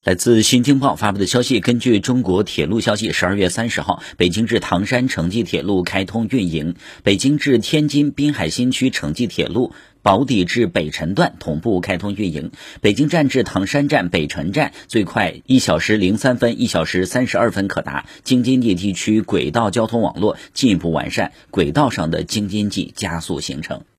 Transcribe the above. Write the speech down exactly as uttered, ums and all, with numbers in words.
来自新京报发布的消息，根据中国铁路消息，十二月三十号，北京至唐山城际铁路开通运营，北京至天津滨海新区城际铁路宝坻至北辰段同步开通运营，北京站至唐山站、北辰站最快一小时零三分、一小时三十二分可达。京津冀地区轨道交通网络进一步完善，轨道上的京津冀加速形成。